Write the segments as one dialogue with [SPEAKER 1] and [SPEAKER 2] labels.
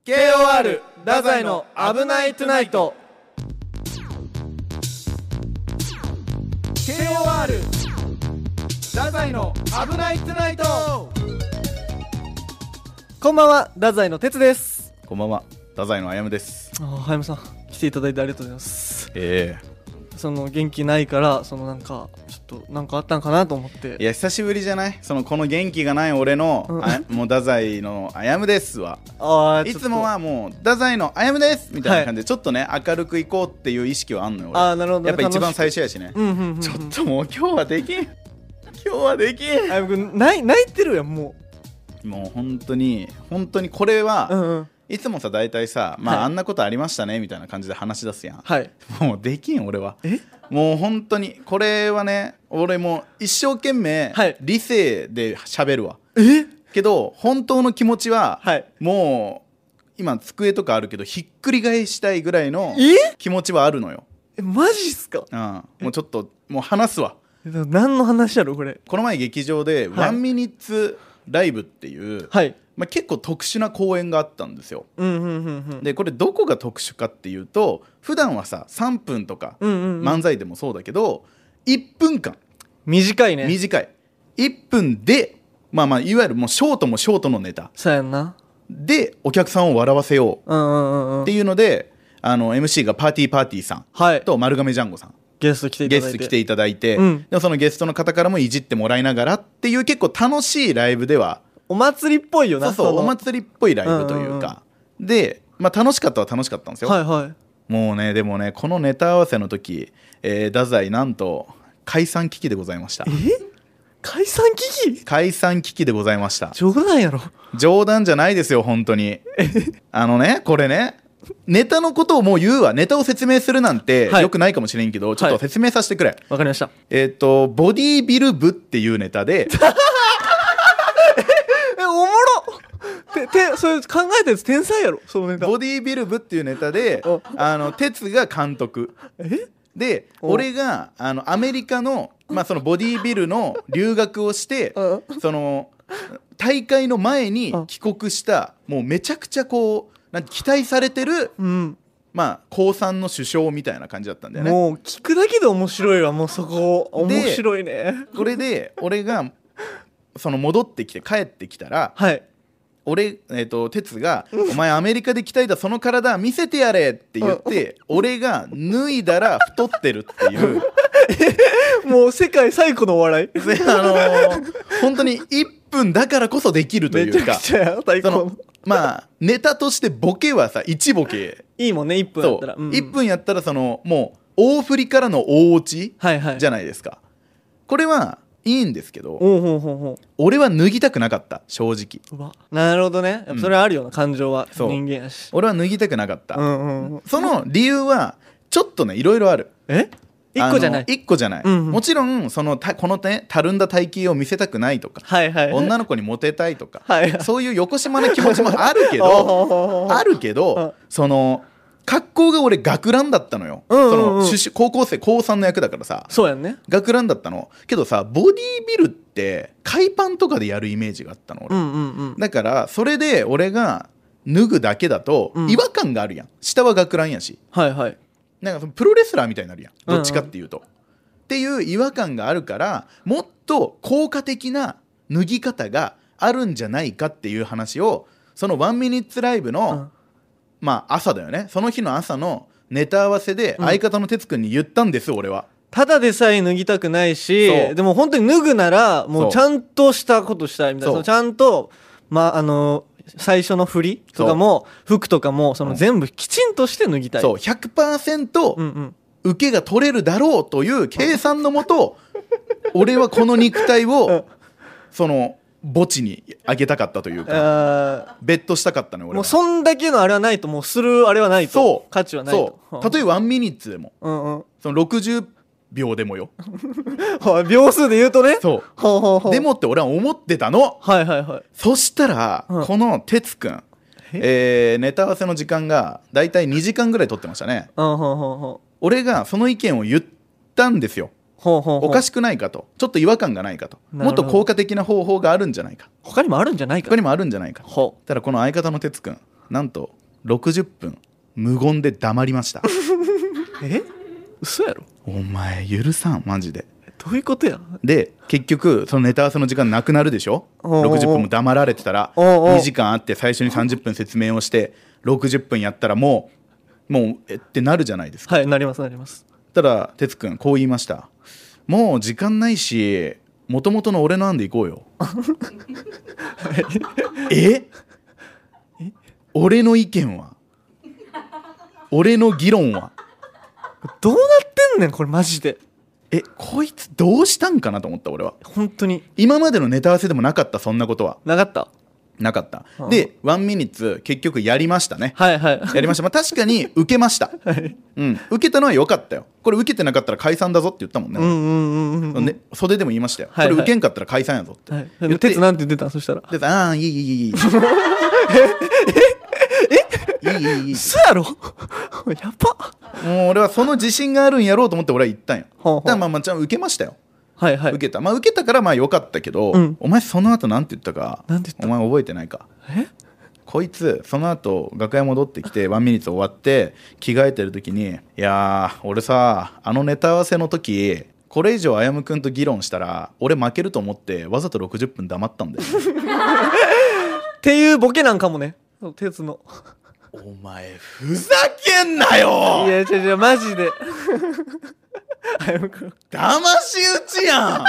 [SPEAKER 1] KOR 太宰の危ないトゥナイト。 KOR 太宰の危ないトゥナイト。こんばんは、太宰の哲です。
[SPEAKER 2] こんばんは、太宰のあやむです。
[SPEAKER 1] はやむさん、来ていただいてありがとうございます。その元気ないから、そのなんかちょっとなんかあったんかなと思って。
[SPEAKER 2] いや久しぶりじゃない？この元気がない俺の、もう太宰のあやむですわ。いつもはもう太宰のあやむですみたいな感じで、ちょっとね明るくいこうっていう意識はあんのよ俺。
[SPEAKER 1] なるほど、ね、
[SPEAKER 2] やっぱ一番最初やしね、ちょっともう今日はできんあやむくん
[SPEAKER 1] 泣いてるやん。も
[SPEAKER 2] う本当にこれは、いつもさ大体さ、あんなことありましたねみたいな感じで話し出すやん。もうできん俺は。もう本当にこれはね、俺も一生懸命理性で喋るわ。けど本当の気持ちは、もう今机とかあるけどひっくり返したいぐらいの気持ちはあるのよ。
[SPEAKER 1] マジっすか？
[SPEAKER 2] もうちょっともう話すわ。
[SPEAKER 1] 何の話やろこれ。
[SPEAKER 2] この前劇場でワンミニッツライブっていう、結構特殊な公演があったんですよ。でこれどこが特殊かっていうと、普段はさ3分とか、漫才でもそうだけど1分間
[SPEAKER 1] 短いね。
[SPEAKER 2] 短い1分でいわゆるもうショートのネタ
[SPEAKER 1] そうやんな。
[SPEAKER 2] でお客さんを笑わせようっていうので、MC がパーティーさんと丸亀ジャンゴさん
[SPEAKER 1] ゲスト来ていただいて、
[SPEAKER 2] でそのゲストの方からもいじってもらいながらっていう結構楽しいライブでは、
[SPEAKER 1] お祭りっぽいよな。
[SPEAKER 2] そうお祭りっぽいライブというか、で、楽しかったは楽しかったんですよ。もうね、でもねこのネタ合わせの時、太宰なんと解散危機でございました。
[SPEAKER 1] 解散危機
[SPEAKER 2] でございました。
[SPEAKER 1] 冗談やろ？
[SPEAKER 2] 冗談じゃないですよ本当に。これねネタのことをもう言うわ。ネタを説明するなんてよくないかもしれんけど、ちょっと説明させてくれ。
[SPEAKER 1] わかりました。
[SPEAKER 2] ボディービル部っていうネタで
[SPEAKER 1] おもろそれ考えたやつ天才やろそのネタ。
[SPEAKER 2] ボディービル部っていうネタで哲が監督で、俺がアメリカの、そのボディービルの留学をしてその大会の前に帰国したもうめちゃくちゃこうなんて期待されてる、高3の首相みたいな感じだったんだよね。
[SPEAKER 1] もう聞くだけで面白いわ。もうそこ面白いね。
[SPEAKER 2] これで俺がその戻ってきて帰ってきたら、哲がお前アメリカで鍛えたその体見せてやれって言って俺が脱いだら太ってるっていう
[SPEAKER 1] もう世界最古のお笑い。
[SPEAKER 2] 本当に1分だからこそできるというか、ネタとしてボケはさ1ボケ
[SPEAKER 1] いいもんね。1分やったら、
[SPEAKER 2] 1分やったらもう大振りからの大落ちじゃないですか。これはいいんですけど、俺は脱ぎたくなかった正直。
[SPEAKER 1] なるほどね。やっぱそれはあるような、感情は人間やし。
[SPEAKER 2] 俺は脱ぎたくなかった。その理由はちょっとねいろいろある。
[SPEAKER 1] 1個じゃない。
[SPEAKER 2] 1個じゃない。もちろんこのねたるんだ体型を見せたくないとか、女の子にモテたいとか、そういうよこしまな気持ちもあるけどその格好が俺学ランだったのよ。高校生高3の役だからさ。
[SPEAKER 1] そうやんね。
[SPEAKER 2] 学ランだったのけどさ、ボディービルって海パンとかでやるイメージがあったの俺。だからそれで俺が脱ぐだけだと違和感があるやん。下は学ランやし、なんかプロレスラーみたいになるやん、どっちかっていうと、っていう違和感があるから、もっと効果的な脱ぎ方があるんじゃないかっていう話をそのワンミニッツライブの、朝だよね。その日の朝のネタ合わせで相方の哲くんに言ったんです、俺は。
[SPEAKER 1] ただでさえ脱ぎたくないし、でも本当に脱ぐならもうちゃんとしたことしたいみたいな。ちゃんと最初の振りとかも服とかも全部きちんとして脱ぎたい。
[SPEAKER 2] そう 100% 受けが取れるだろうという計算のもと俺はこの肉体をその墓地にあげたかったというか、ベットしたかったね俺は。
[SPEAKER 1] もうそんだけのあれはないと、もうするあれはないと、価値はないと。
[SPEAKER 2] 例えば1ミニッツでも、その60秒でもよ
[SPEAKER 1] 秒数で言うとね。
[SPEAKER 2] でもって俺は思ってたの。そしたら、この哲くん、ネタ合わせの時間がだいたい2時間ぐらい取ってましたね。俺がその意見を言ったんですよ。おかしくないかと、ちょっと違和感がないかと、もっと効果的な方法があるんじゃないか、
[SPEAKER 1] 他にもあるんじゃないか、
[SPEAKER 2] ただこの相方の哲くん、なんと 60分無言で黙りました
[SPEAKER 1] 嘘やろ。
[SPEAKER 2] お前許さんマジで。
[SPEAKER 1] どういうことや。
[SPEAKER 2] で結局そのネタ合わせの時間なくなるでしょ。60分も黙られてたら2時間あって最初に30分説明をして60分やったらもうってなるじゃないですか。
[SPEAKER 1] はい、なりますなります。
[SPEAKER 2] ただ哲くんこう言いました。もう時間ないしもともとの俺の案でいこうよ俺の意見は俺の議論は
[SPEAKER 1] どうなってんねんこれマジで。
[SPEAKER 2] こいつどうしたんかなと思った俺は。
[SPEAKER 1] 本当に
[SPEAKER 2] 今までのネタ合わせでもなかった。そんなことは
[SPEAKER 1] なかった。
[SPEAKER 2] でワンミニッツ結局やりましたね。
[SPEAKER 1] はいはい
[SPEAKER 2] やりました。確かに受けました、受けたのは良かったよ。これ受けてなかったら解散だぞって言ったもんね。袖でも言いましたよ、これ受けんかったら解散やぞって、
[SPEAKER 1] 哲なんて言ってた。そしたら
[SPEAKER 2] ああいいいい
[SPEAKER 1] 嘘やろやば。
[SPEAKER 2] もう俺はその自信があるんやろうと思って俺は言ったんよ。だからちゃんと受けましたよ。受けた。受けたから良かったけど、お前その後なんて言ったかお前覚えてないか。こいつその後楽屋戻ってきてワンミニッツ終わって着替えてる時に、いや俺さネタ合わせの時これ以上あやむくんと議論したら俺負けると思ってわざと60分黙ったんだよ
[SPEAKER 1] っていうボケなんかもね、鉄の。
[SPEAKER 2] お前ふざけんなよ。
[SPEAKER 1] いや違うマジであやむくん
[SPEAKER 2] 騙し討ちやん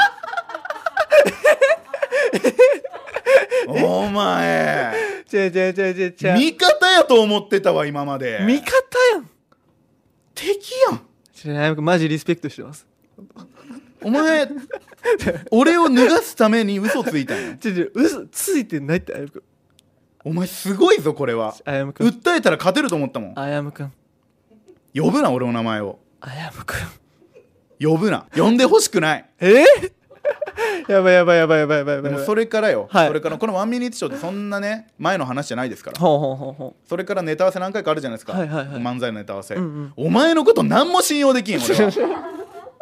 [SPEAKER 2] お前
[SPEAKER 1] 違う
[SPEAKER 2] 味方やと思ってたわ今まで。
[SPEAKER 1] 味方やん。
[SPEAKER 2] 敵やん。
[SPEAKER 1] あやむくんマジリスペクトしてます。
[SPEAKER 2] お前俺を脱がすために嘘ついたんや。
[SPEAKER 1] 嘘ついてないって。あやむくん
[SPEAKER 2] お前すごいぞこれは。
[SPEAKER 1] あやむくん
[SPEAKER 2] 訴えたら勝てると思ったもん。
[SPEAKER 1] あやむくん
[SPEAKER 2] 呼ぶな俺の名前を。
[SPEAKER 1] あやむくん
[SPEAKER 2] 呼ぶな。呼んでほしくない。
[SPEAKER 1] やばい。
[SPEAKER 2] でもそれからよ、
[SPEAKER 1] はい、
[SPEAKER 2] それからこのワンミニッツショーってそんなね前の話じゃないですから。
[SPEAKER 1] そ
[SPEAKER 2] れからネタ合わせ何回かあるじゃないですか、漫才のネタ合わせ、お前のこと何も信用できん俺は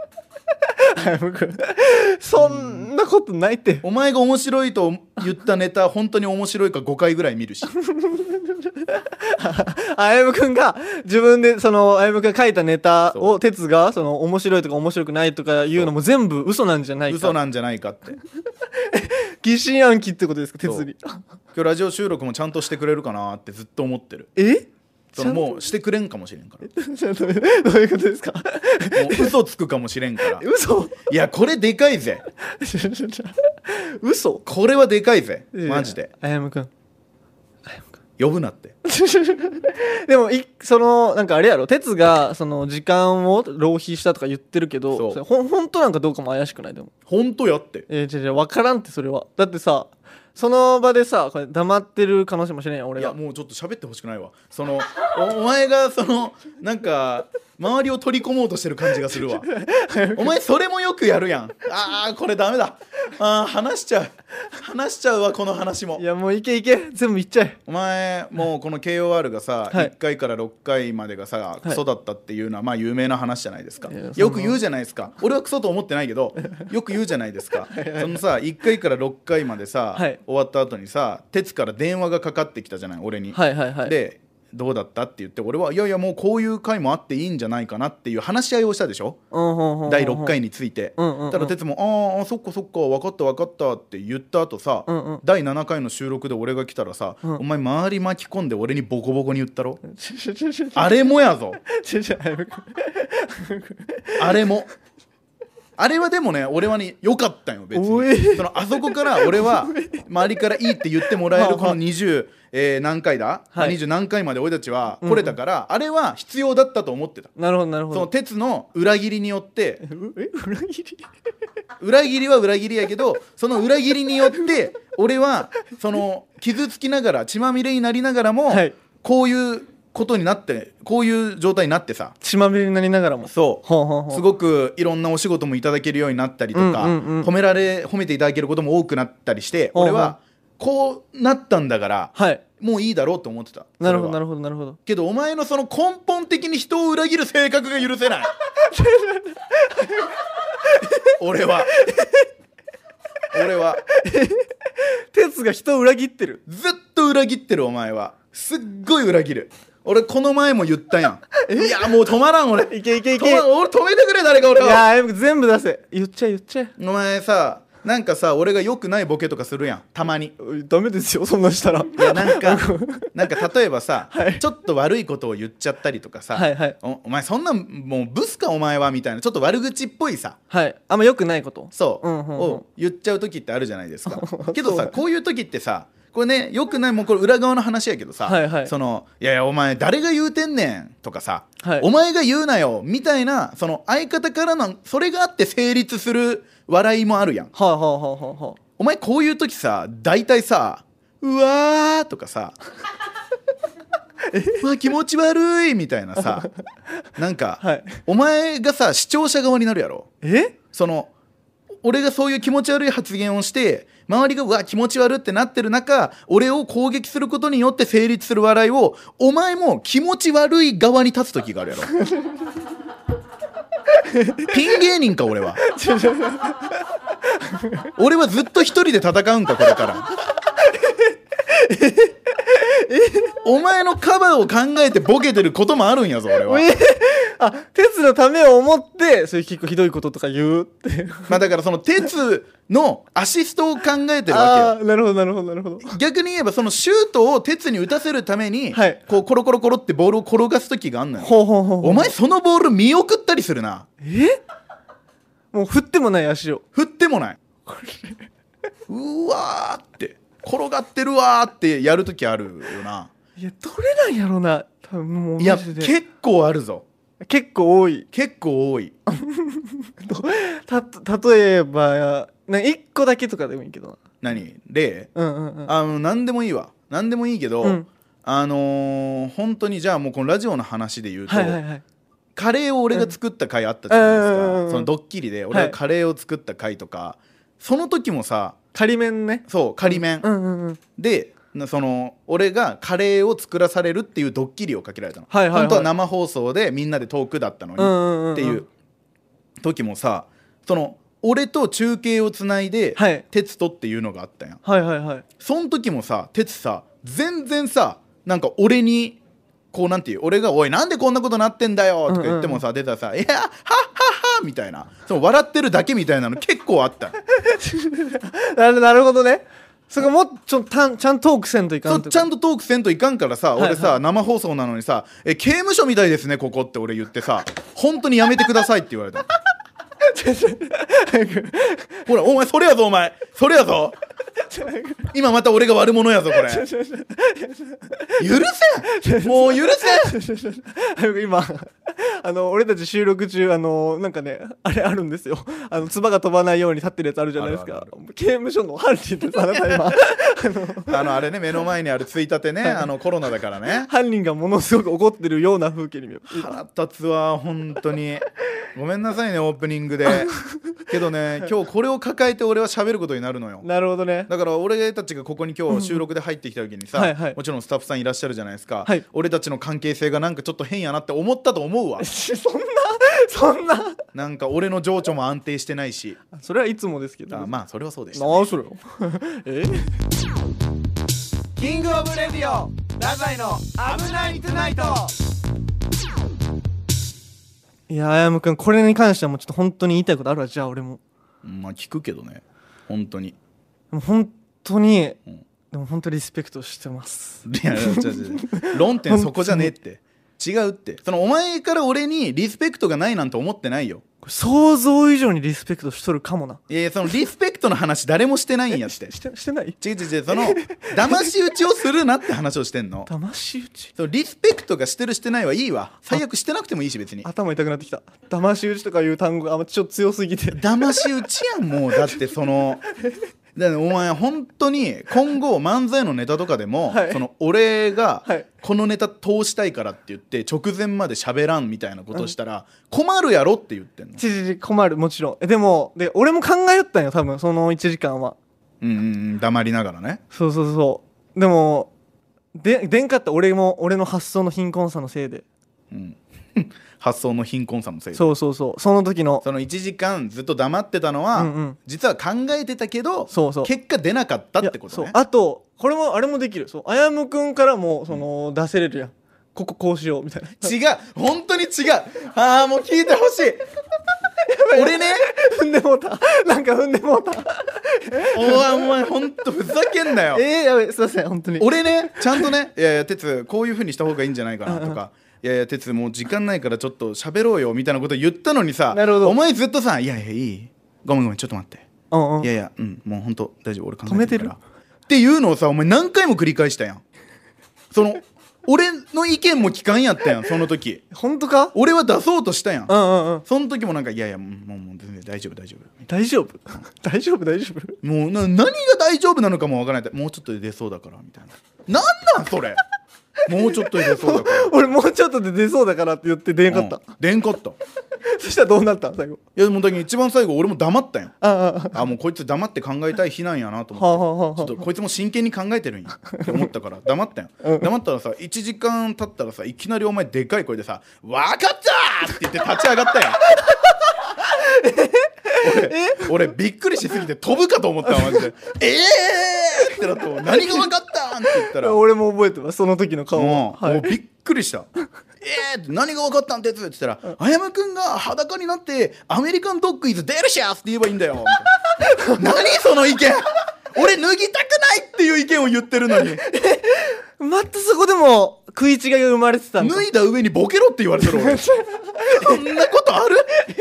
[SPEAKER 1] そんなことないって。
[SPEAKER 2] お前が面白いと言ったネタ本当に面白いか5回ぐらい見るし
[SPEAKER 1] あやむくんが自分であやむくんが書いたネタを哲が面白いとか面白くないとか言うのも全部嘘なんじゃないか。
[SPEAKER 2] 嘘なんじゃないかって
[SPEAKER 1] 疑心暗鬼ってことですか哲に。
[SPEAKER 2] 今日ラジオ収録もちゃんとしてくれるかなってずっと思ってる。もうしてくれんかもしれんから
[SPEAKER 1] どういうことですか。も
[SPEAKER 2] う嘘つくかもしれんから
[SPEAKER 1] 嘘。
[SPEAKER 2] いやこれでかいぜ
[SPEAKER 1] 嘘。
[SPEAKER 2] これはでかいぜマジで。
[SPEAKER 1] あやむくん
[SPEAKER 2] 呼ぶなって
[SPEAKER 1] でもなんかあれやろ、哲が時間を浪費したとか言ってるけど、それ本当なんかどうかも怪しくない。でも
[SPEAKER 2] 本当やって。
[SPEAKER 1] 分からんって。それはだってさその場でさこれ黙ってる可能性もしれんやん俺が。
[SPEAKER 2] いやもうちょっと喋ってほしくないわ。お前がなんか周りを取り込もうとしてる感じがするわお前それもよくやるやん。これダメだ。話しちゃうわこの話も。
[SPEAKER 1] いやもういけ全部いっちゃえ。
[SPEAKER 2] お前もうこの KOR がさ、1回から6回までがさクソだったっていうのは有名な話じゃないですか。よく言うじゃないですか。俺はクソと思ってないけどよく言うじゃないですか1回から6回までさ、終わった後にさ哲から電話がかかってきたじゃない俺に。でどうだったって言って俺はいやもうこういう回もあっていいんじゃないかなっていう話し合いをしたでしょ、第6回について。ただ哲もそっか分かったって言った後さ、第7回の収録で俺が来たらさ、お前周り巻き込んで俺にボコボコに言ったろあれもやぞあれはでもね俺はね良かったよ別に。あそこから俺は周りからいいって言ってもらえるこの20何回だ、20何回まで俺たちは来れたから、あれは必要だったと思ってた。
[SPEAKER 1] なるほど
[SPEAKER 2] その鉄の裏切りによって裏切りは裏切りやけどその裏切りによって俺は傷つきながら血まみれになりながらも、こういうことになってこういう状態になってさ
[SPEAKER 1] 血まみれになりながらも
[SPEAKER 2] すごくいろんなお仕事もいただけるようになったりとか、褒めていただけることも多くなったりして、俺はこうなったんだから、もういいだろうと思ってた。
[SPEAKER 1] なるほど
[SPEAKER 2] けどお前の根本的に人を裏切る性格が許せない俺は
[SPEAKER 1] 哲が人を裏切ってる。
[SPEAKER 2] ずっと裏切ってるお前は。 すっごい裏切る。俺この前も言ったやん。いやもう止まらん俺。
[SPEAKER 1] いけいけいけ。
[SPEAKER 2] 俺止めてくれ誰か俺を。
[SPEAKER 1] いや全部出せ。言っちゃえ。
[SPEAKER 2] お前さ、なんかさ、俺が良くないボケとかするやん、たまに。
[SPEAKER 1] ダメですよそんなしたら。
[SPEAKER 2] いやなんか例えばさ、
[SPEAKER 1] はい、
[SPEAKER 2] ちょっと悪いことを言っちゃったりとかさ、
[SPEAKER 1] はいはい、
[SPEAKER 2] お前そんなもうブスかお前はみたいなちょっと悪口っぽいさ、
[SPEAKER 1] はい、あんま良くないこと
[SPEAKER 2] そう、を言っちゃう時ってあるじゃないですかけどさ、こういう時ってさ、これね、よくない、もうこれ裏側の話やけどさ、
[SPEAKER 1] はいはい、
[SPEAKER 2] いやいやお前誰が言うてんねんとかさ、
[SPEAKER 1] はい、
[SPEAKER 2] お前が言うなよみたいな、その相方からのそれがあって成立する笑いもあるやん。
[SPEAKER 1] はあはあはあはあ。
[SPEAKER 2] お前こういう時さ、大体さ、うわーとかさうわ気持ち悪いみたいなさ、なんか、はい、お前がさ視聴者側になるやろ。俺がそういう気持ち悪い発言をして周りがうわ気持ち悪ってなってる中、俺を攻撃することによって成立する笑いを、お前も気持ち悪い側に立つ時があるやろピン芸人か俺は俺はずっと一人で戦うんかこれからお前のカバーを考えてボケてることもあるんやぞ俺は。
[SPEAKER 1] あ、鉄のためを思ってそういう結構ひどいこととか言うって
[SPEAKER 2] まあだからその鉄のアシストを考えてるわけよ。
[SPEAKER 1] なるほどなるほどなるほど。
[SPEAKER 2] 逆に言えばそのシュートを鉄に打たせるために、はい、こうコロコロコロってボールを転がす時があんのよ。お前そのボール見送ったりするな。
[SPEAKER 1] もう振ってもない足を。
[SPEAKER 2] 振ってもない。うわーって転がってるわーってやる時あるよな。
[SPEAKER 1] いやどれなんやろな。多分もう
[SPEAKER 2] いや結構あるぞ。
[SPEAKER 1] 結構多い。
[SPEAKER 2] 結構多い
[SPEAKER 1] 例えば1個だけとかでもいいけどな。
[SPEAKER 2] 何例？何でもいいわ。何でもいいけど、本当にじゃあもうこのラジオの話で言うと、カレーを俺が作った回あったじゃないですか。そのドッキリで俺がカレーを作った回とか、その時もさ、
[SPEAKER 1] 仮面ね。
[SPEAKER 2] そう仮面、で俺がカレーを作らされるっていうドッキリをかけられたの。本当は生放送でみんなでトークだったのにっていう時もさ、俺と中継をつないで、鉄とっていうのがあったやん。その時もさ、鉄さ全然さ、なんか俺にこうなんていう、俺が「おいなんでこんなことなってんだよ」とか言ってもさ、出たらさ「いやはっはっは」みたいな、笑ってるだけみたいなの結構あった
[SPEAKER 1] なるほどね。それもうちゃんとトークせんといかん。
[SPEAKER 2] ちゃんとトークせんといかんからさ、俺さ生放送なのにさ「刑務所みたいですねここ」って俺言ってさ「本当にやめてください」って言われたほらお前それやぞ、お前それやぞ今また俺が悪者やぞこれ許せん、もう許せん
[SPEAKER 1] 今俺たち収録中なんかねあれあるんですよ。唾が飛ばないように立ってるやつあるじゃないですか。刑務所の犯人です。あなた
[SPEAKER 2] 今あれね、目の前にあるついたてね、コロナだからね、
[SPEAKER 1] 犯人がものすごく怒ってるような風景に見える。
[SPEAKER 2] 腹立つわ本当に。ごめんなさいねオープニングでけどね、今日これを抱えて俺は喋ることになるのよ。
[SPEAKER 1] なるほどね。
[SPEAKER 2] だから俺たちがここに今日収録で入ってきた時にさ、もちろんスタッフさんいらっしゃるじゃないですか、俺たちの関係性がなんかちょっと変やなって思ったと思うわ
[SPEAKER 1] そんな
[SPEAKER 2] なんか俺の情緒も安定してないし。
[SPEAKER 1] それはいつもですけど、
[SPEAKER 2] まあそれはそうでしたね。
[SPEAKER 1] それ
[SPEAKER 2] キングオブレディオ太宰の危ないトゥナイト。
[SPEAKER 1] いや、あやむくんこれに関してはもうちょっと本当に言いたいことあるわ。じゃあ俺も
[SPEAKER 2] まあ聞くけどね、本当に
[SPEAKER 1] 本当に、でも本当リスペクトしてます。
[SPEAKER 2] いや論点そこじゃねえって違うって。お前から俺にリスペクトがないなんて思ってないよ。
[SPEAKER 1] 想像以上にリスペクトしとるかもな。
[SPEAKER 2] いやリスペクトの話誰もしてないんやって
[SPEAKER 1] してない。
[SPEAKER 2] 違う騙し討ちをするなって話をしてんの。
[SPEAKER 1] 騙し討ち。
[SPEAKER 2] リスペクトがしてるしてないはいいわ。最悪してなくてもいいし別に。
[SPEAKER 1] 頭痛くなってきた。騙し討ちとかいう単語がちょっと強すぎて。
[SPEAKER 2] 騙し討ちやんもう。だってだお前本当に今後漫才のネタとかでも、俺がこのネタ通したいからって言って直前まで喋らんみたいなことしたら困るやろって言ってんの。
[SPEAKER 1] 困る、もちろん。で俺も考えよったんよ多分その1時間は。
[SPEAKER 2] 黙りながらね。
[SPEAKER 1] そうでもでんかった俺の発想の貧困さのせいで。
[SPEAKER 2] 発想の貧困さのせいで。
[SPEAKER 1] そうそうそう、その時の
[SPEAKER 2] その1時間ずっと黙ってたのは、実は考えてたけど結果出なかったってことね。
[SPEAKER 1] あとこれもあれもできる。そう、あやむくんからもその、出せれるやん。こうしようみたいな。
[SPEAKER 2] 違う、本当に違う。ああ、もう聞いてほしい。俺ね、
[SPEAKER 1] 踏んでもうた。なんか踏んでもうた。
[SPEAKER 2] お前ほんとふざけんなよ。
[SPEAKER 1] やべ、すいません本当に。
[SPEAKER 2] 俺ね、ちゃんとね、いやいや哲こういう風にした方がいいんじゃないかなとか、いやいや哲もう時間ないからちょっと喋ろうよみたいなこと言ったのにさ、お前ずっとさ、いやいやいい、ごめんちょっと待って、いやいや、もうほんと大丈夫、俺考えてるからっていうのをさ、お前何回も繰り返したやん。その俺の意見も聞かんやったやん、その時。
[SPEAKER 1] 本当か？
[SPEAKER 2] 俺は出そうとしたやん。
[SPEAKER 1] そ
[SPEAKER 2] の時もなんか、いやいや、もう全然大丈夫
[SPEAKER 1] 大丈夫大丈夫
[SPEAKER 2] もう何が大丈夫なのかもわからない。もうちょっとで出そうだからみたいな。なんそれ。もうちょっとで出そうだから
[SPEAKER 1] 俺もうちょっとで出そうだからって言って出んかった、
[SPEAKER 2] 出んかった
[SPEAKER 1] そしたらどうなった最後？
[SPEAKER 2] いやもうだけど一番最後俺も黙ったよ。もうこいつ黙って考えたい日なんやなと思って、ちょっとこいつも真剣に考えてるんやって思ったから黙ったよ。黙ったらさ、1時間経ったらさ、いきなりお前でかい声でさ「わかった!」って言って立ち上がったよ。俺びっくりしすぎて飛ぶかと思ったわマジで。ってなって、何が分かったんって言ったら
[SPEAKER 1] 俺も覚えてます、その時の顔。
[SPEAKER 2] もうびっくりした。って何が分かったんですって言ったら、あやむくんが裸になってアメリカンドッグイズデルシャスって言えばいいんだよ。何その意見。俺脱ぎたくないっていう意見を言ってるのに
[SPEAKER 1] またそこでも食い違いが生まれてたんだ。
[SPEAKER 2] 脱いだ上にボケろって言われてる俺。そんなことある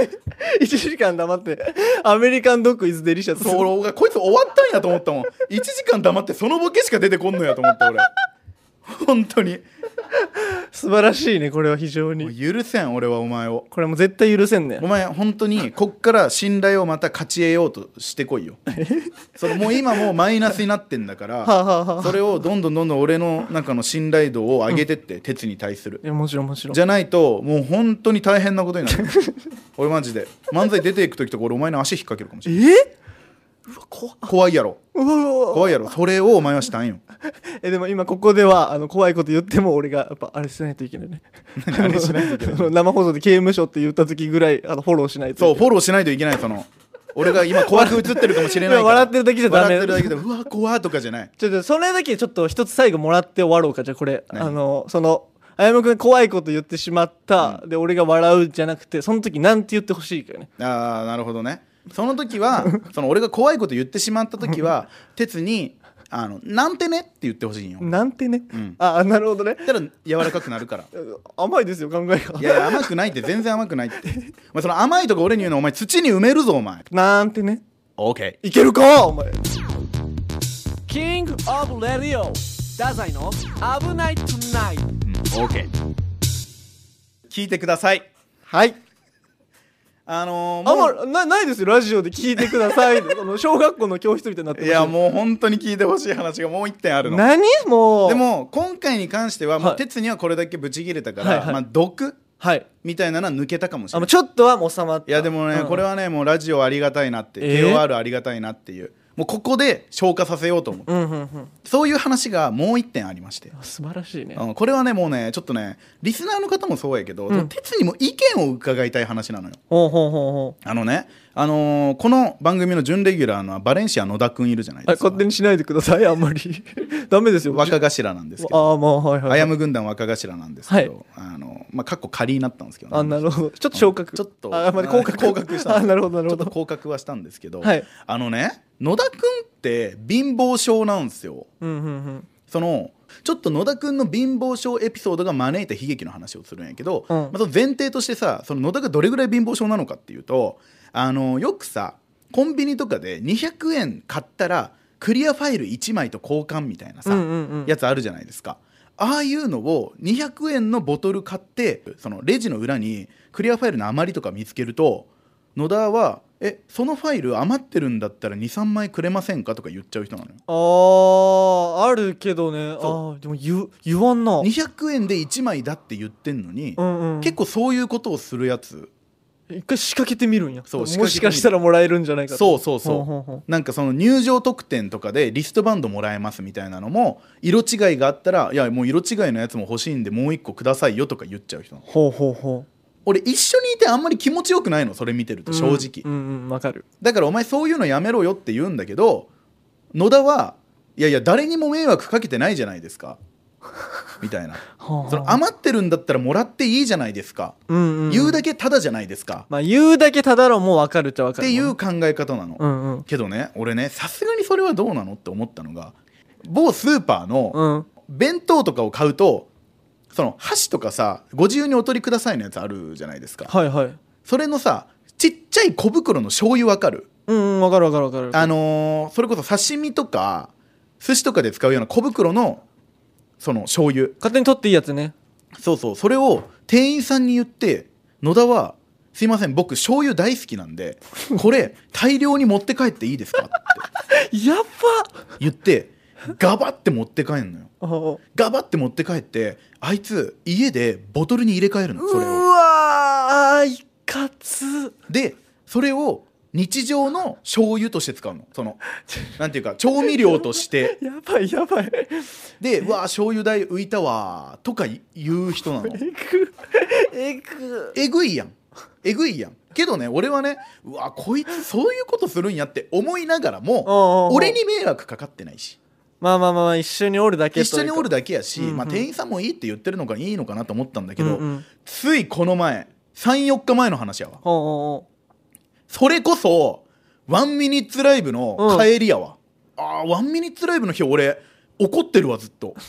[SPEAKER 1] 1時間黙ってアメリカンドッグイズデリシャス。
[SPEAKER 2] そう、こいつ終わったんやと思ったもん。1時間黙ってそのボケしか出てこんのやと思った俺。本当に
[SPEAKER 1] 素晴らしいね、これは非常に。
[SPEAKER 2] 許せん俺はお前を。
[SPEAKER 1] これもう絶対許せんね。
[SPEAKER 2] お前本当にこっから信頼をまた勝ち得ようとしてこいよ。それもう今もうマイナスになってんだからそれをどんどん俺の中の信頼度を上げてって、鉄に対する。
[SPEAKER 1] いやもちろん
[SPEAKER 2] じゃないともう本当に大変なことになる。俺マジで漫才出ていく時とか俺お前の足引っ掛けるかもしれない。うわ怖いやろ。怖いやろ。それをお前はしたんよ。
[SPEAKER 1] でも今ここでは怖いこと言っても俺がやっぱあれしないといけないね。
[SPEAKER 2] あれしないといけない。
[SPEAKER 1] 生放送で刑務所って言った時ぐらいフォローしないと。
[SPEAKER 2] そう、フォローしないといけない。その俺が今怖く映ってるかもしれないから
[SPEAKER 1] 笑ってるだけじゃダメ。
[SPEAKER 2] 笑ってるだけでうわ怖とかじゃない。
[SPEAKER 1] それだけちょっと一つ最後もらって終わろうか。じゃあこれそのあやむくん怖いこと言ってしまった、で俺が笑うじゃなくて、その時なんて言ってほしいかよね。
[SPEAKER 2] ああなるほどね。その時はその俺が怖いこと言ってしまった時は鉄になんてねって言ってほしいんよ。
[SPEAKER 1] なんてね、なるほどね。
[SPEAKER 2] だから柔らかくなるから。
[SPEAKER 1] 甘いですよ考えが。
[SPEAKER 2] いや甘くないって、全然甘くないって。お前その甘いとこ俺に言うのお前土に埋めるぞお前。
[SPEAKER 1] なんてね。
[SPEAKER 2] オーケ
[SPEAKER 1] ーいけるかお前。キングオブレディオ太宰の危ないトゥナイト。
[SPEAKER 2] オーケー聞いてください。
[SPEAKER 1] はい。
[SPEAKER 2] も
[SPEAKER 1] うないですよラジオで聞いてください。小学校の教室みたいになってます。
[SPEAKER 2] いやもう本当に聞いてほしい話がもう一点あるの。
[SPEAKER 1] 何もう
[SPEAKER 2] でも今回に関してはもう鉄にはこれだけブチ切れたから、まあ毒みたいなのは抜けたかもしれない。
[SPEAKER 1] ちょっとは収まった。
[SPEAKER 2] いやでもね、これはねもうラジオありがたいなって、KOR ありがたいなっていう、もうここで消化させようと思って、そういう話がもう一点ありまして。
[SPEAKER 1] 素晴らしいね。
[SPEAKER 2] これはねもうねちょっとねリスナーの方もそうやけど、鉄にも意見を伺いたい話なのよ。この番組の準レギュラーのバレンシア野田くんいるじゃないですか。
[SPEAKER 1] 勝手にしないでください、あんまりダメですよ。
[SPEAKER 2] 若頭なんですけど、あやむ軍団若頭なんですけど、かっこ仮になったんですけど、
[SPEAKER 1] なるほど。ちょっと昇格、
[SPEAKER 2] ちょっと
[SPEAKER 1] 降格した。なるほどなるほど。
[SPEAKER 2] ちょっと降格はしたんですけど、野田くんって貧乏症なんですよ。そのちょっと野田くんの貧乏症エピソードが招いた悲劇の話をするんやけど、その前提としてさ、その野田がどれぐらい貧乏症なのかっていうと、よくさコンビニとかで200円買ったらクリアファイル1枚と交換みたいなさ、やつあるじゃないですか。ああいうのを200円のボトル買って、そのレジの裏にクリアファイルの余りとか見つけると、野田はそのファイル余ってるんだったら 2,3 枚くれませんかとか言っちゃう人なのよ。
[SPEAKER 1] あるけどね。でも言わんな。
[SPEAKER 2] 200円で1枚だって言ってんのに、結構そういうことをするやつ
[SPEAKER 1] 一回仕掛けてみるんや。
[SPEAKER 2] そう、
[SPEAKER 1] もしかしたらもらえるんじゃないかと。
[SPEAKER 2] そうそうそう。なんかその入場特典とかでリストバンドもらえますみたいなのも、色違いがあったら、いやもう色違いのやつも欲しいんでもう一個くださいよとか言っちゃう人。
[SPEAKER 1] ほうほうほう。
[SPEAKER 2] 俺一緒にいてあんまり気持ちよくないの、それ見てると正直。
[SPEAKER 1] わかる。
[SPEAKER 2] だからお前そういうのやめろよって言うんだけど、野田はいやいや誰にも迷惑かけてないじゃないですかみたいなその余ってるんだったらもらっていいじゃないですか、言うだけただじゃないですか、
[SPEAKER 1] まあ言うだけただろも分かるっちゃ分かる
[SPEAKER 2] っていう考え方なの、けどね俺ねさすがにそれはどうなのって思ったのが、某スーパーの弁当とかを買うとその箸とかさご自由にお取りくださいのやつあるじゃないですか。
[SPEAKER 1] はいはい。
[SPEAKER 2] それのさちっちゃい小袋の醤油分かる？
[SPEAKER 1] 分かる分かる分か
[SPEAKER 2] る。それこそ刺身とか寿司とかで使うような小袋のその醤油
[SPEAKER 1] 勝手に取っていいやつね。
[SPEAKER 2] そうそう、それを店員さんに言って、野田はすいません僕醤油大好きなんでこれ大量に持って帰っていいですかって
[SPEAKER 1] やばっ
[SPEAKER 2] 言ってガバって持って帰んのよ。ガバって持って帰ってあいつ家でボトルに入れ替えるの。それを
[SPEAKER 1] うわーいかつ
[SPEAKER 2] でそれを日常の醤油として使うの。そのなんていうか調味料として
[SPEAKER 1] やばいやばい
[SPEAKER 2] でうわ醤油代浮いたわとか言う人なの。えぐいやんえぐいやん。けどね俺はねうわこいつそういうことするんやって思いながらも俺に迷惑かかってないし、
[SPEAKER 1] まあまあまあ一緒におるだけ
[SPEAKER 2] 一緒におるだけやし、まあ、店員さんもいいって言ってるのがいいのかなと思ったんだけど、ついこの前 3,4 日前の話やわ。それこそワンミニッツライブの帰りやわ、ワンミニッツライブの日俺怒ってるわずっと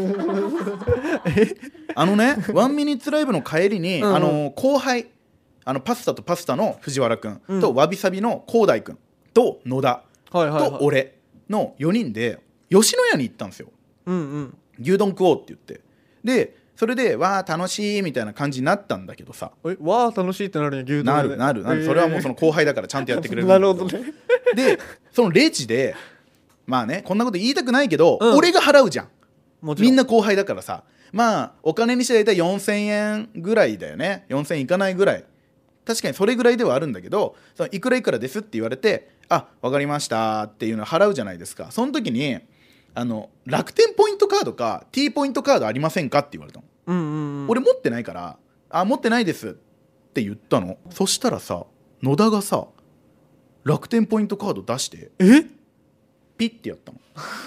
[SPEAKER 2] ワンミニッツライブの帰りに、後輩パスタとパスタの藤原くん、とわびさびの広大くんと野田、と俺の4人で吉野家に行ったんですよ、牛丼食おうって言って。でそれでわー楽しいみたいな感じになったんだけどさ、
[SPEAKER 1] わー楽しいってなるんや牛丼で。
[SPEAKER 2] なる、それはもうその後輩だからちゃんとやってくれる
[SPEAKER 1] なるほどね。
[SPEAKER 2] でそのレジでまあねこんなこと言いたくないけど、俺が払うじゃん。みんな後輩だからさ、まあお金にして大体4000円ぐらいだよね。4000円いかないぐらい、確かにそれぐらいではあるんだけど、そのいくらいくらですって言われて、あ分かりましたっていうのを払うじゃないですか。その時に楽天ポイントカードか T ポイントカードありませんかって言われたの、俺持ってないから持ってないですって言ったの。そしたらさ野田がさ楽天ポイントカード出してピッてやったの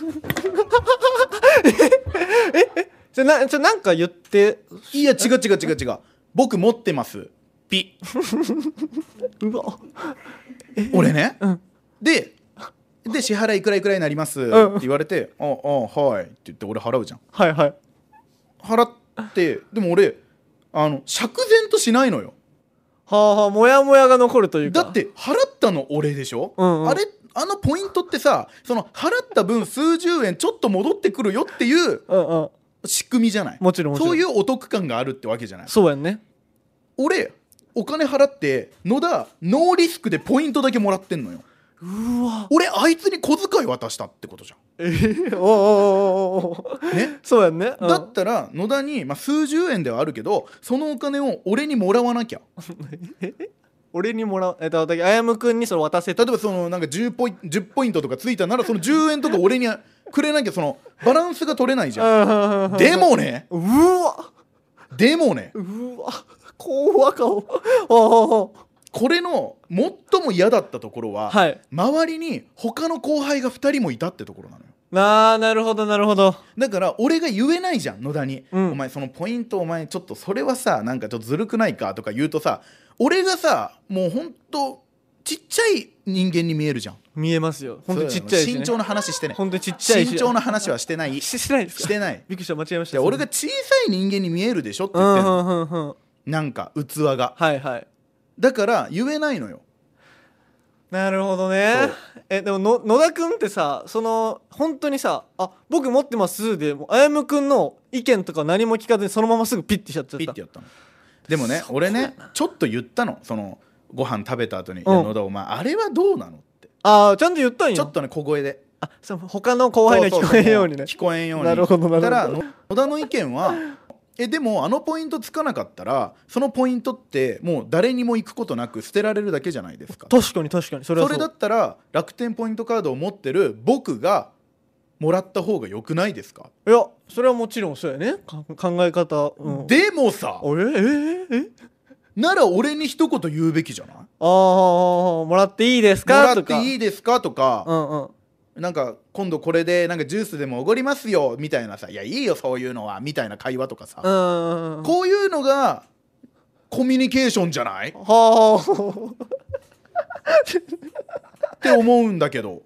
[SPEAKER 1] なんか言って。
[SPEAKER 2] いや違う僕持ってますピッ
[SPEAKER 1] うわ
[SPEAKER 2] 俺ね、で支払いいくらいくらになりますって言われて、はいって言って俺払うじゃん。
[SPEAKER 1] はいはい。
[SPEAKER 2] 払ってでも俺釈然としないのよ。
[SPEAKER 1] モヤモヤが残るというか。
[SPEAKER 2] だって払ったの俺でしょ、あれポイントってさその払った分数十円ちょっと戻ってくるよっていう仕組みじゃない。
[SPEAKER 1] もちろん
[SPEAKER 2] そういうお得感があるってわけじゃない。
[SPEAKER 1] そうやんね。
[SPEAKER 2] 俺お金払って野田ノーリスクでポイントだけもらってんのよ。
[SPEAKER 1] うわ
[SPEAKER 2] 俺あいつに小遣い渡したってことじゃん。ね、
[SPEAKER 1] そうやんね、
[SPEAKER 2] だったら野田に、数十円ではあるけどそのお金を俺にもらわなきゃ
[SPEAKER 1] 俺にもらうあやむくんにそれ渡せた。
[SPEAKER 2] 例えばそのなんか10ポイントとかついたならその10円とか俺にくれなきゃそのバランスが取れないじゃんでもね
[SPEAKER 1] うわ怖顔
[SPEAKER 2] これの最も嫌だったところは、周りに他の後輩が2人もいたってところなのよ。
[SPEAKER 1] なるほどなるほど。
[SPEAKER 2] だから俺が言えないじゃん野田に、お前そのポイントお前ちょっとそれはさなんかちょっとずるくないかとか言うとさ俺がさもうほんとちっちゃい人間に見えるじゃん。
[SPEAKER 1] 見えますよ。ほんとちっちゃいし、ね、
[SPEAKER 2] 身長の話してね。
[SPEAKER 1] ほんとちっちゃいし
[SPEAKER 2] 身長の話はしてない
[SPEAKER 1] してないですか。
[SPEAKER 2] してない。
[SPEAKER 1] びっくりした間違えました。
[SPEAKER 2] 俺が小さい人間に見えるでしょって言ってんの、なんか器がだから言えないのよ。
[SPEAKER 1] なるほどね。でも野田くんってさその本当にさ僕持ってますであやむくんの意見とか何も聞かずにそのまますぐピッてしちゃった。
[SPEAKER 2] ピッてやったの。でもね俺ねちょっと言ったのそのご飯食べた後に、野田お前あれはどうなのって。ち
[SPEAKER 1] ゃんと言ったんよ。
[SPEAKER 2] ちょっとね小声で
[SPEAKER 1] 他の後輩が聞こえんようにね。
[SPEAKER 2] 聞こえんように。
[SPEAKER 1] なるほどなるほど。
[SPEAKER 2] たら野田の意見はでもあのポイントつかなかったらそのポイントってもう誰にも行くことなく捨てられるだけじゃないですか。
[SPEAKER 1] 確かに確かにそれは
[SPEAKER 2] それだったら楽天ポイントカードを持ってる僕がもらった方が良くないですか。
[SPEAKER 1] いやそれはもちろんそうやね考え方、
[SPEAKER 2] でもさなら俺に一言言うべきじゃない。
[SPEAKER 1] もらっていいですかとか
[SPEAKER 2] もらっていいですかとか、なんか今度これでなんかジュースでもおごりますよみたいなさ、いやいいよそういうのはみたいな会話とかさ、こういうのがコミュニケーションじゃないって思うんだけど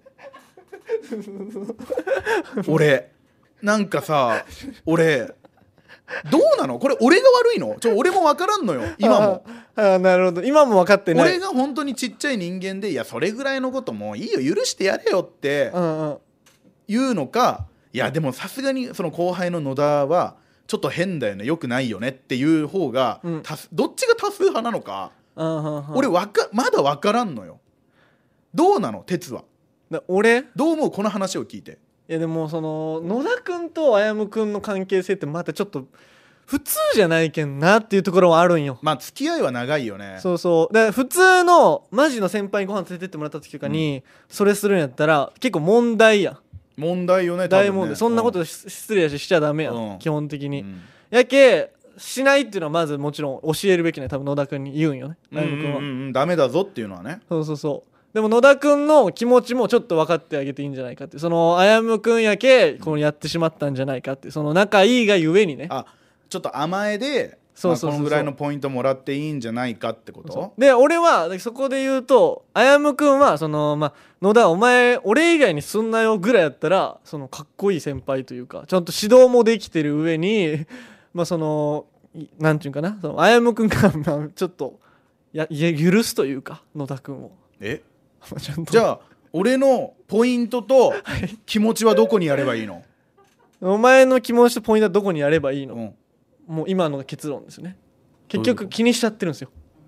[SPEAKER 2] 俺なんかさ俺どうなのこれ。俺が悪いの？俺も分からんのよ今も。
[SPEAKER 1] なるほど、今も分かってない。
[SPEAKER 2] 俺が本当にちっちゃい人間でいやそれぐらいのこともういいよ許してやれよって言うのか、いやでもさすがにその後輩の野田はちょっと変だよねよくないよねっていう方が、どっちが多数派なのか俺まだ分からんのよ。どうなの哲は。
[SPEAKER 1] 俺
[SPEAKER 2] どう思うこの話を聞いて。
[SPEAKER 1] いやでもその野田くんとあやむくんの関係性ってまたちょっと普通じゃないけんなっていうところはあるんよ。
[SPEAKER 2] まあ付き合いは長いよね。
[SPEAKER 1] そうそうだから普通のマジの先輩にご飯連れてってもらった時とかに、それするんやったら結構問題やん。
[SPEAKER 2] 問題よね
[SPEAKER 1] 大問題、そんなこと失礼やしちゃダメやん、基本的に、やけしないっていうのはまずもちろん教えるべきね。多分野田くんに言うんよねあやむくんは、
[SPEAKER 2] ダメだぞっていうのはね。
[SPEAKER 1] そうでも野田くんの気持ちもちょっと分かってあげていいんじゃないかって、そのあやむくんやけこうやってしまったんじゃないかって、その仲いいがゆえにね、
[SPEAKER 2] ちょっと甘えでこのぐらいのポイントもらっていいんじゃないかってこと。
[SPEAKER 1] で俺はそこで言うとあやむくんはその、野田お前俺以外にすんなよぐらいやったらそのかっこいい先輩というかちゃんと指導もできてる上にそのなんていうかな、そのあやむくんがちょっと許すというか野田くんを
[SPEAKER 2] じゃあ俺のポイントと気持ちはどこにやればいいの？
[SPEAKER 1] お前の気持ちとポイントはどこにやればいいの、もう今の結論ですね。結局気にしちゃってるんですよ。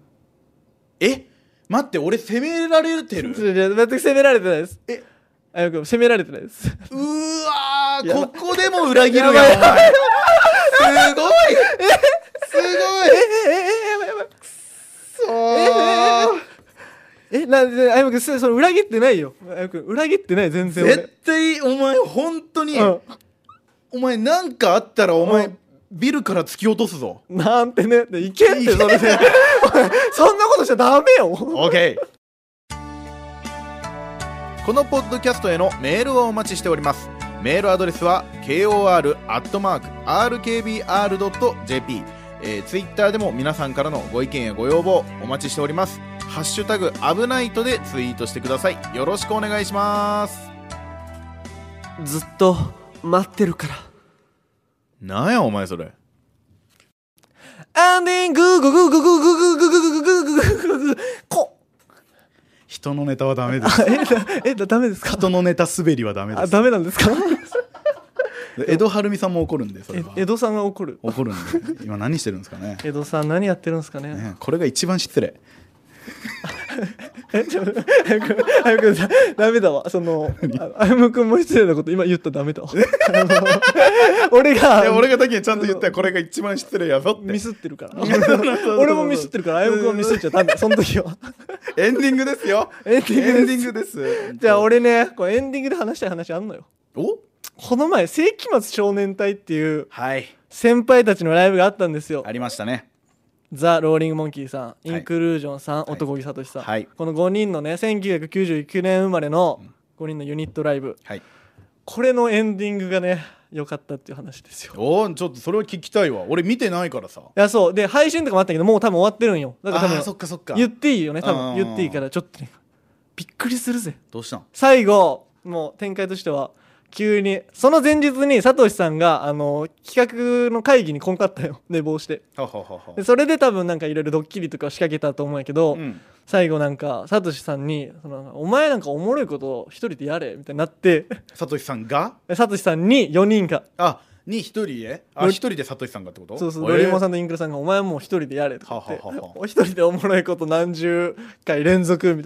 [SPEAKER 2] 待って俺責められてる？
[SPEAKER 1] 全く責められてないです。あやむくん責められてないです。
[SPEAKER 2] うわーここでも裏切るやんお前すごいすごい
[SPEAKER 1] やばいくそなんであやむくんそれ裏切ってないよ。あやむくん裏切ってない全然。
[SPEAKER 2] 絶対お前本当に、お前なんかあったらお前、ビルから突き落とすぞ
[SPEAKER 1] なんてね。いけんってそれでそんなことしちゃダメよ。
[SPEAKER 2] オッケー。このポッドキャストへのメールをお待ちしております。メールアドレスは kor@rkbr.jp、ツイッターでも皆さんからのご意見やご要望お待ちしております。ハッシュタグ危ないとでツイートしてください。よろしくお願いします。
[SPEAKER 1] ずっと待ってるから。
[SPEAKER 2] なんやお前それ。
[SPEAKER 1] アンディンググググググググググググググこ
[SPEAKER 2] 人のネタはダメです。
[SPEAKER 1] ダメですか？
[SPEAKER 2] 人のネタ滑りはダメです。
[SPEAKER 1] ダメなんですか？
[SPEAKER 2] 江戸晴美さんも怒るんでそれは。
[SPEAKER 1] 江戸さんが怒るんで
[SPEAKER 2] 今何してるんですかね。
[SPEAKER 1] 江戸さん何やってるんですかね。
[SPEAKER 2] これが一番失礼。
[SPEAKER 1] あやむくんダメだわ。そのあやむくんも失礼なこと今言ったらダメだわ。俺が
[SPEAKER 2] だけちゃんと言ったらこれが一番失礼やぞって。
[SPEAKER 1] ミスってるから俺もミスってるからあやむくんはミスっちゃダメ。その時は
[SPEAKER 2] エンディングですよ。エンディングです。
[SPEAKER 1] じゃあ俺ねこれエンディングで話したい話あんのよ。この前世紀末少年隊っていう先輩たちのライブがあったんですよ。
[SPEAKER 2] ありましたね。
[SPEAKER 1] ザ・ローリング・モンキーさん、インクルージョンさん、男木聡さん、この5人のね1999年生まれの5人のユニットライブ、これのエンディングがね良かったっていう話ですよ。
[SPEAKER 2] ちょっとそれは聞きたいわ。俺見てないからさ。
[SPEAKER 1] いやそうで配信とかもあったけどもう多分終わってるんよ。だから多分
[SPEAKER 2] そっか
[SPEAKER 1] 言っていいよね。多分言っていいからちょっとねびっくりするぜ。
[SPEAKER 2] どうしたん？
[SPEAKER 1] 最後もう展開としては急にその前日にサトシさんが企画の会議に来んかったよ。寝坊してでそれで多分なんかいろいろドッキリとか仕掛けたと思うんやけど、最後なんかサトシさんにお前なんかおもろいことを一人でやれみたいになって
[SPEAKER 2] サトシさんが
[SPEAKER 1] サトシさんに4人が
[SPEAKER 2] に一人で一人でサトシさんがってこと？
[SPEAKER 1] そうドリーモンさんとインクルさんがお前もう一人でやれとかって一人でおもろいこと何十回連続みたいな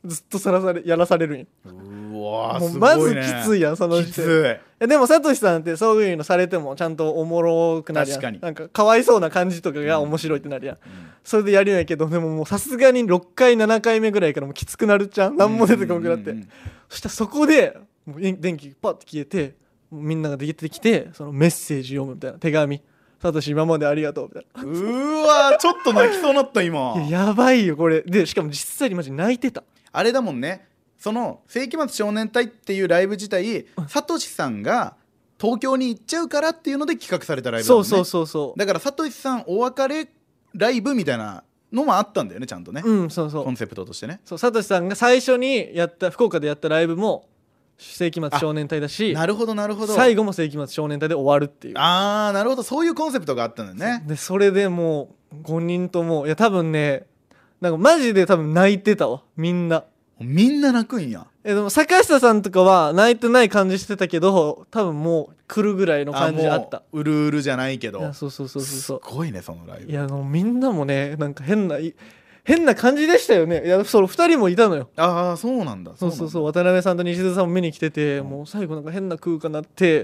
[SPEAKER 1] ずっとやらされるんよ。
[SPEAKER 2] うわ
[SPEAKER 1] もう
[SPEAKER 2] すごい、ね、
[SPEAKER 1] まずきついやんその時
[SPEAKER 2] きつい。
[SPEAKER 1] でもサトシさんってそういうのされてもちゃんとおもろくなるやん。
[SPEAKER 2] 確かに
[SPEAKER 1] なんかかわいそうな感じとかが面白いってなるやん、それでやるんやけど、でももうさすがに6回7回目ぐらいからもうきつくなるじゃん、何も出てこなくなって、そしたらそこでもう電気パッて消えて、みんなが出てきてそのメッセージ読むみたいな、手紙、サトシ今までありがとうみたいな。
[SPEAKER 2] わちょっと泣きそうになった今。
[SPEAKER 1] やばいよこれで、しかも実際にマジ泣いてた。
[SPEAKER 2] あれだもんね、その世紀末少年隊っていうライブ自体、サトシさんが東京に行っちゃうからっていうので企画されたライブだもんね。
[SPEAKER 1] そう
[SPEAKER 2] だからサトシさんお別れライブみたいなのもあったんだよね、ちゃんとね。
[SPEAKER 1] そう
[SPEAKER 2] コンセプトとしてね。
[SPEAKER 1] そう、サトシさんが最初にやった福岡でやったライブも世紀末少年隊だし、
[SPEAKER 2] なるほどなるほど、
[SPEAKER 1] 最後も世紀末少年隊で終わるっていう。
[SPEAKER 2] なるほど、そういうコンセプトがあったんだよね。
[SPEAKER 1] でそれでもう5人とも、いや多分ね、なんかマジで多分泣いてたわ、みんな
[SPEAKER 2] 泣くんや。
[SPEAKER 1] でも坂下さんとかは泣いてない感じしてたけど、多分もう来るぐらいの感じあった。
[SPEAKER 2] うるうるじゃないけど。
[SPEAKER 1] そう
[SPEAKER 2] すごいねそのライブ。
[SPEAKER 1] いやみんなもね、なんか変な感じでしたよね。いやその2人もいたのよ。
[SPEAKER 2] そうなんだ。
[SPEAKER 1] そう渡辺さんと西津さんも見に来てて、もう最後なんか変な空間になって、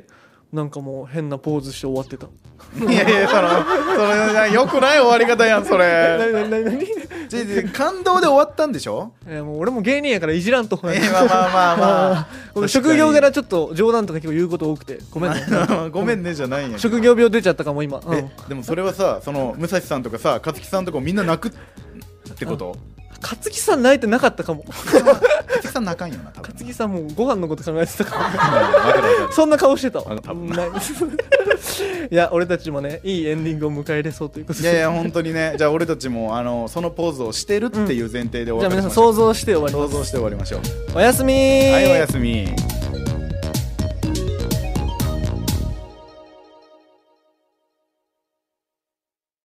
[SPEAKER 1] なんかもう変なポーズして終わってた。
[SPEAKER 2] いやそれよくない終わり方やんそれ。感動で終わったんでしょ。
[SPEAKER 1] もう俺も芸人やからいじらんと。
[SPEAKER 2] まあ
[SPEAKER 1] 職業柄ちょっと冗談とか結構言うこと多くてごめんね。
[SPEAKER 2] ごめんねじゃないんや。
[SPEAKER 1] 職業病出ちゃったかも今。
[SPEAKER 2] でもそれはさ、その武蔵さんとかさ勝木さんとかみんな泣くってこと？
[SPEAKER 1] 勝木さん泣いてなかったかも。
[SPEAKER 2] 勝木さん泣かんよな多分。
[SPEAKER 1] 勝木さんもうご飯のこと考えてたからそんな顔してたわ。いや俺たちもね、いいエンディングを迎えれそうということで。
[SPEAKER 2] いや本当にね。じゃあ俺たちもそのポーズをしてるっていう前提で終わりましょう。
[SPEAKER 1] じゃあ皆さん想像して終わりましょう。
[SPEAKER 2] おやすみ。
[SPEAKER 1] おやすみ。
[SPEAKER 2] はい、おやすみ。